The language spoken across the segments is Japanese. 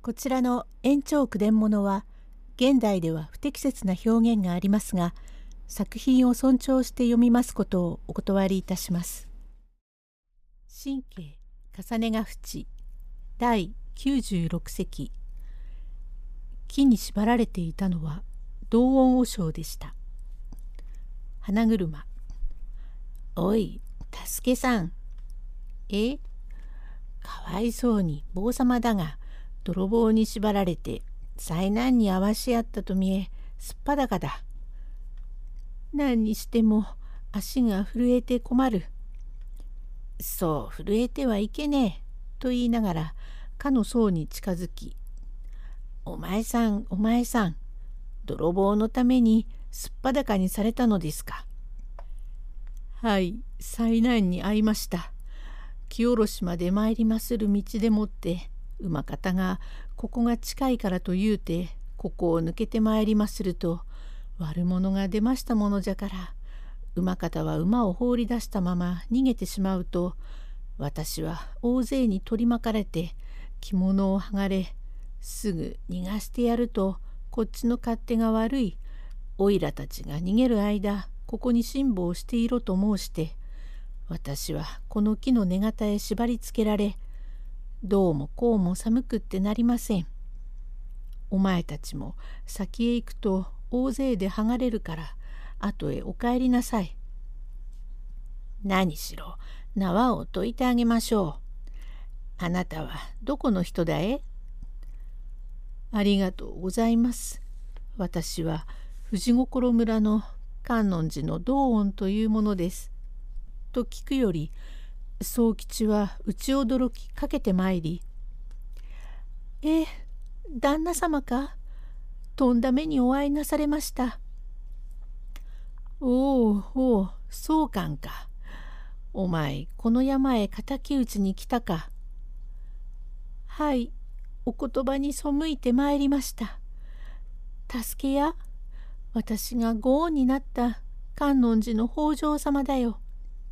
こちらの延長句伝物は現代では不適切な表現がありますが、作品を尊重して読みますことをお断りいたします。神経重ねが淵第96席。木に縛られていたのは同音和尚でした。花車。おい、助けさん。かわいそうに坊様だが、泥棒に縛られて災難に遭わし合ったと見え、すっぱだかだ。何にしても足が震えて困る。そう震えてはいけねえ、と言いながらかの僧に近づき、お前さん、泥棒のためにすっぱだかにされたのですか。はい、災難に遭いました。木下ろしまで参りまする道でもって、馬方がここが近いからと言うて、ここを抜けて参りますると、悪者が出ましたものじゃから、馬方は馬を放り出したまま逃げてしまうと、私は大勢に取り巻かれて着物を剥がれ、すぐ逃がしてやると、こっちの勝手が悪い。おいらたちが逃げる間、ここに辛抱していろと申して、私はこの木の根型へ縛りつけられ、どうもこうも寒くってなりません。お前たちも先へ行くと大勢で剥がれるから、後へお帰りなさい。何しろ縄を解いてあげましょう。あなたはどこの人だえ？ありがとうございます。私は藤心村の観音寺の道音というものです。と聞くより、宗吉は打ち驚きかけてまいり、旦那様か？とんだ目にお会いなされました。おう、そうかんか。お前、この山へ敵討ちに来たか。はい、お言葉に背いてまいりました。助けや、私がご恩になった観音寺の北条様だよ。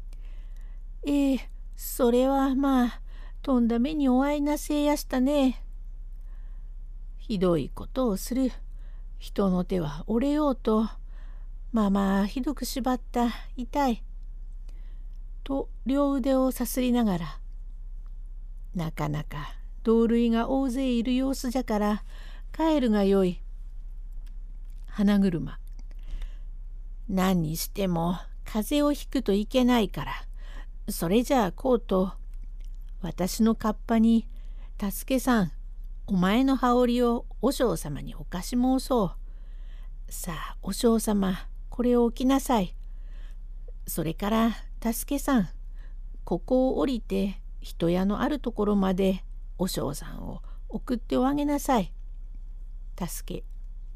それはまあ、とんだ目にお会いなせえやしたね。ひどいことをする。人の手は折れようと。まあひどく縛った。痛い。と両腕をさすりながら、なかなか同類が大勢いる様子じゃから帰るがよい。花車。何にしても風邪をひくといけないから、それじゃあこうと、私のカッパに、助けさん、お前の羽織を和尚様にお貸し申そう。さあ、和尚様、これを置きなさい。それから、助けさん、ここを降りて、人屋のあるところまで、和尚さんを送っておあげなさい。助け。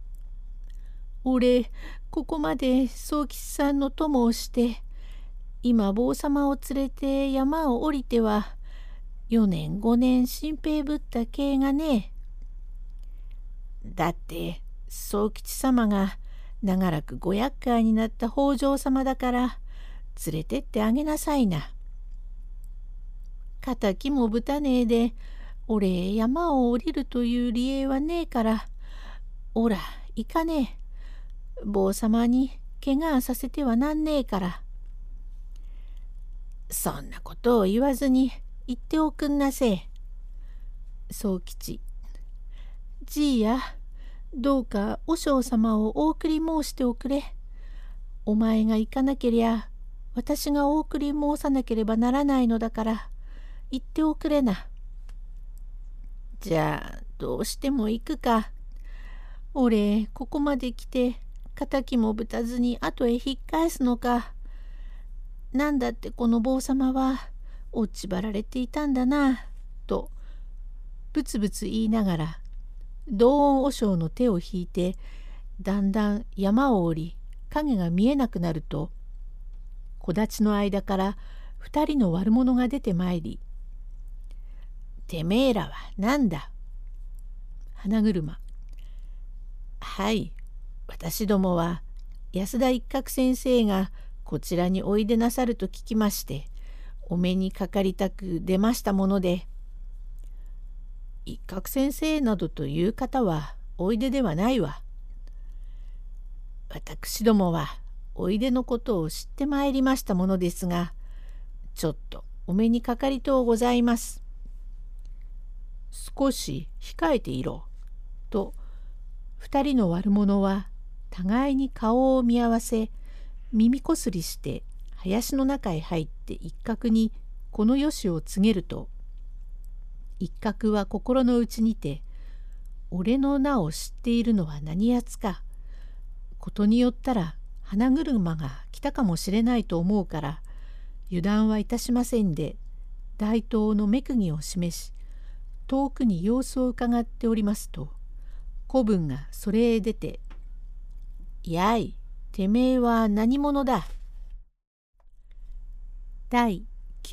俺、ここまで宗吉さんの友をして、今坊様を連れて山を降りては、4年5年新兵ぶった刑がねえ。だって宗吉様が長らくご厄介になった北条様だから、連れてってあげなさいな。仇もぶたねえで、俺山を降りるという理由はねえから、おら行かねえ。坊様に怪我させてはなんねえから。そんなことを言わずに言っておくんなせえ。宗吉。じいや、どうか和尚様をお送り申しておくれ。お前が行かなけりゃ、私がお送り申さなければならないのだから、言っておくれな。じゃあ、どうしても行くか。俺、ここまで来て、仇もぶたずに後へ引っ返すのか。なんだってこの坊様は落ちばられていたんだな、とぶつぶつ言いながら、道音和尚の手を引いて、だんだん山を降り、影が見えなくなると、木立の間から2人の悪者が出てまいり、てめえらはなんだ。花車。はい、私どもは安田一角先生がこちらにおいでなさると聞きまして、お目にかかりたく出ましたもので。 一角先生などという方はおいでではないわ。私どもはおいでのことを知ってまいりましたものですが、ちょっとお目にかかりとうございます。少し控えていろ」と二人の悪者は互いに顔を見合わせ、耳こすりして林の中へ入って一角にこのよしを告げると、一角は心の内にて、俺の名を知っているのは何やつか、ことによったら花車が来たかもしれないと思うから油断はいたしませんで、大刀の目釘を示し、遠くに様子をうかがっておりますと、子分がそれへ出て、やい、てめえは何者だ。第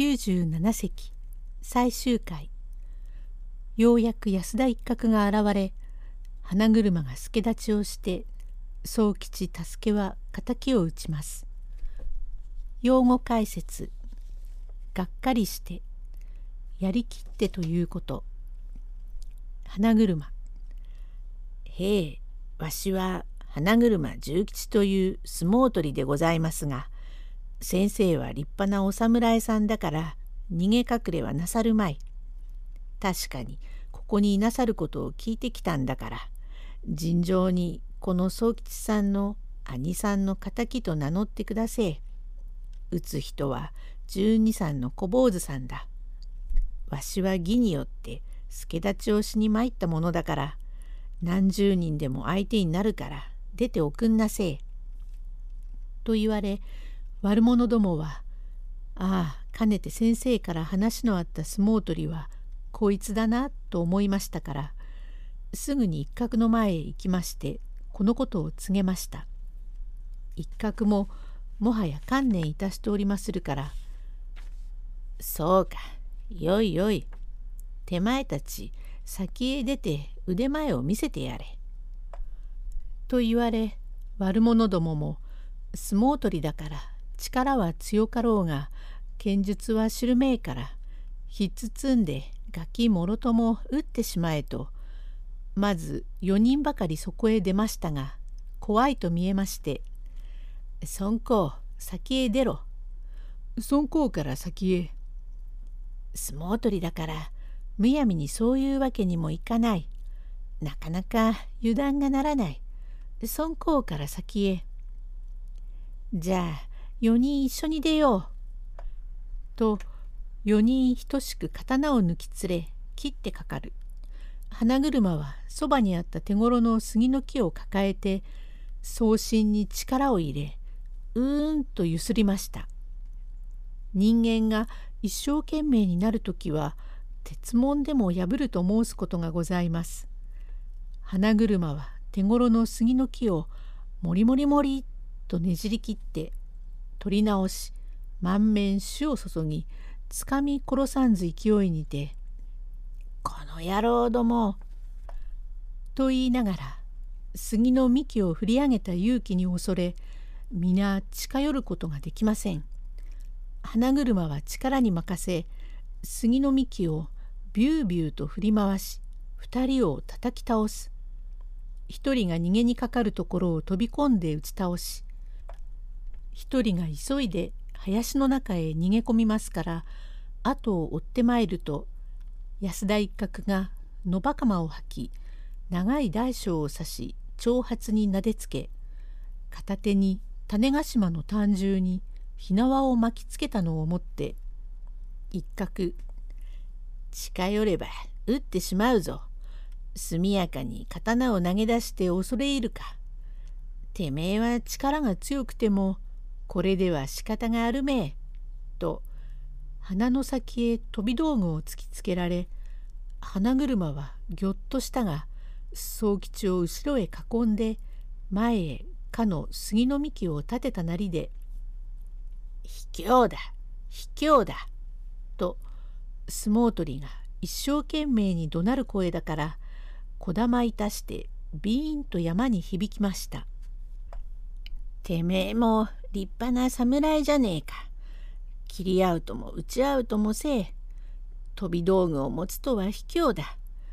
97席最終回。ようやく安田一角が現れ、花車が助立ちをして、宗吉助は敵を討ちます。用語解説。がっかりして、やりきってということ。花車。へえ、わしは花車重吉という相撲取りでございますが、先生は立派なお侍さんだから逃げ隠れはなさるまい。確かにここにいなさることを聞いてきたんだから、尋常にこの宗吉さんの兄さんの敵と名乗ってくだせえ。打つ人は12、3の小坊主さんだ。わしは義によって助立ちをしに参ったものだから、何十人でも相手になるから出ておくんなせえ。と言われ、悪者どもは、ああ、かねて先生から話のあった相撲取りはこいつだなと思いましたから、すぐに一角の前へ行きまして、このことを告げました。一角ももはや観念いたしておりまするから、そうか、よいよい、手前たち先へ出て腕前を見せてやれ。と言われ、悪者どもも相撲取りだから力は強かろうが剣術は知るめえから、ひっつつんでガキもろとも打ってしまえと、まず4人ばかりそこへ出ましたが、怖いと見えまして、孫公先へ出ろ。孫公から先へ。相撲取りだからむやみにそういうわけにもいかない。なかなか油断がならない。孫公から先へ。じゃあ4人一緒に出よう。と4人等しく刀を抜き連れ切ってかかる。花車はそばにあった手ごろの杉の木を抱えて送信に力を入れ、とゆすりました。人間が一生懸命になるときは鉄門でも破ると申すことがございます。花車は手ごろの杉の木をもりもりもりとねじり切って取り直し、満面酒を注ぎ、つかみ殺さんず勢いにて、この野郎どもと言いながら、杉の幹を振り上げた勇気に恐れ、皆近寄ることができません。花車は力に任せ、杉の幹をビュービューと振り回し、2人を叩き倒す。1人が逃げにかかるところを飛び込んで打ち倒し、1人が急いで林の中へ逃げ込みますから、後を追ってまいると、安田一角が野ばかまを吐き、長い大小を刺し長髪になでつけ、片手に種子島の短銃に火縄を巻きつけたのを持って、一角、近寄れば撃ってしまうぞ。速やかに刀を投げ出して恐れ入るか。てめえは力が強くても、これでは仕方があるめえ。と、鼻の先へ飛び道具を突きつけられ、花車はぎょっとしたが、宗吉を後ろへ囲んで、前へかの杉の幹を立てたなりで、卑怯だ、卑怯だ、と相撲取りが一生懸命に怒鳴る声だから、こだまいたしてビーンと山に響きました。てめえも立派な侍じゃねえか。切り合うとも打ち合うともせえ。飛び道具を持つとは卑怯だ。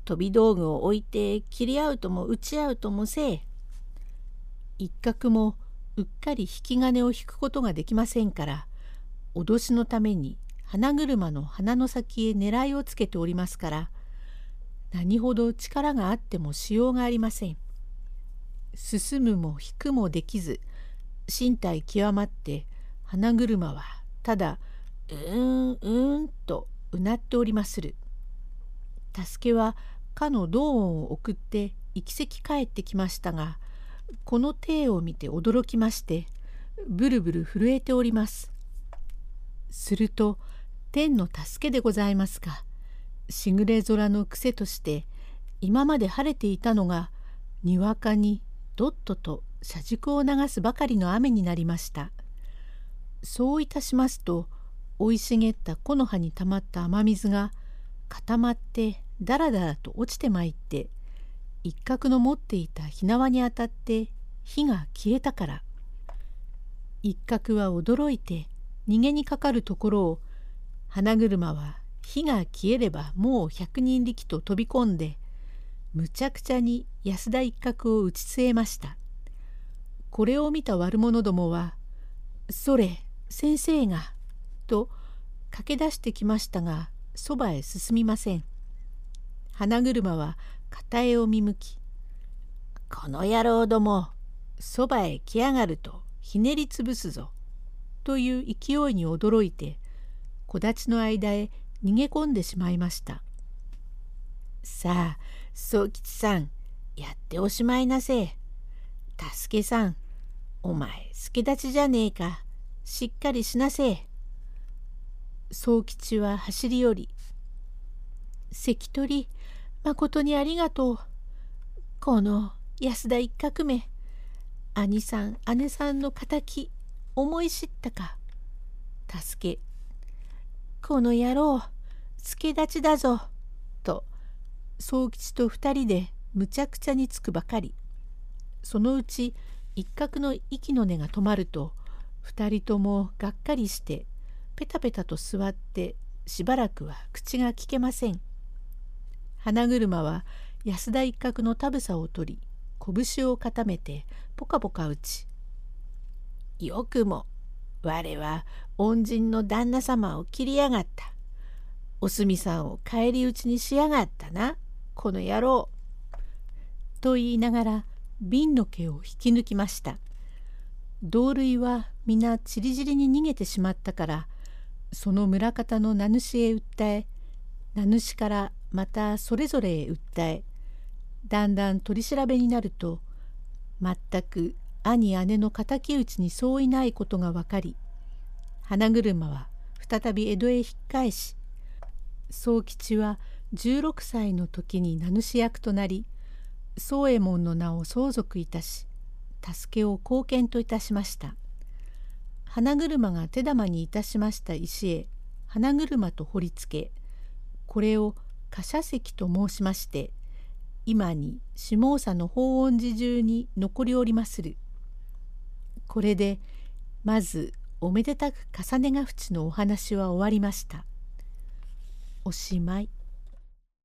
飛び道具を置いて切り合うとも打ち合うともせえ。一角もうっかり引き金を引くことができませんから、脅しのために花車の鼻の先へ狙いをつけておりますから、何ほど力があってもしようがありません。進むも引くもできず、身体極まって花車はただうーんとうなっておりまする。助けはかの同音を送って行き先帰ってきましたが、この体を見て驚きまして、ブルブル震えております。すると天の助けでございますが、しぐれ空の癖として今まで晴れていたのがにわかにどっとと車軸を流すばかりの雨になりました。そういたしますと、生い茂った木の葉にたまった雨水が固まってだらだらと落ちてまいって、一角の持っていた火縄に当たって火が消えたから、一角は驚いて逃げにかかるところを、花車は火が消えればもう100人力と飛び込んで、むちゃくちゃに安田一角を打ち据えました。これを見た悪者どもは、それ先生がと駆け出してきましたが、そばへ進みません。花車は片絵を見向き、この野郎ども、そばへ来やがるとひねりつぶすぞ、という勢いに驚いて、木立の間へ逃げ込んでしまいました。さあ、宗吉さん、やっておしまいなせ。助さん、お前、助立ちじゃねえか。しっかりしなせ。宗吉は走り寄り、関取、まことにありがとう。この安田一角目、兄さん、姉さんの敵、思い知ったか。助け、この野郎、助立ちだぞ。と、宗吉と二人でむちゃくちゃにつくばかり。そのうち一角の息の根が止まると、二人ともがっかりしてペタペタと座ってしばらくは口が聞けません。花車は安田一角のたぶさを取り、拳を固めてポカポカ打ち、よくも我は恩人の旦那様を切りやがった。おすみさんを返り討ちにしやがったな、この野郎。と言いながら瓶の毛を引き抜きました。同類は皆ちりぢりに逃げてしまったから、その村方の名主へ訴え、名主からまたそれぞれへ訴え、だんだん取り調べになると、全く兄姉の敵討ちに相違ないことが分かり、花車は再び江戸へ引っ返し、宗吉は16歳の時に名主役となり、宗右衛門の名を相続いたし、助けを後見といたしました。花車が手玉にいたしました石へ花車と彫りつけ、これを貨車石と申しまして、今に下総の法恩寺中に残りおりまする。これでまずおめでたく重ねが淵のお話は終わりました。おしまい。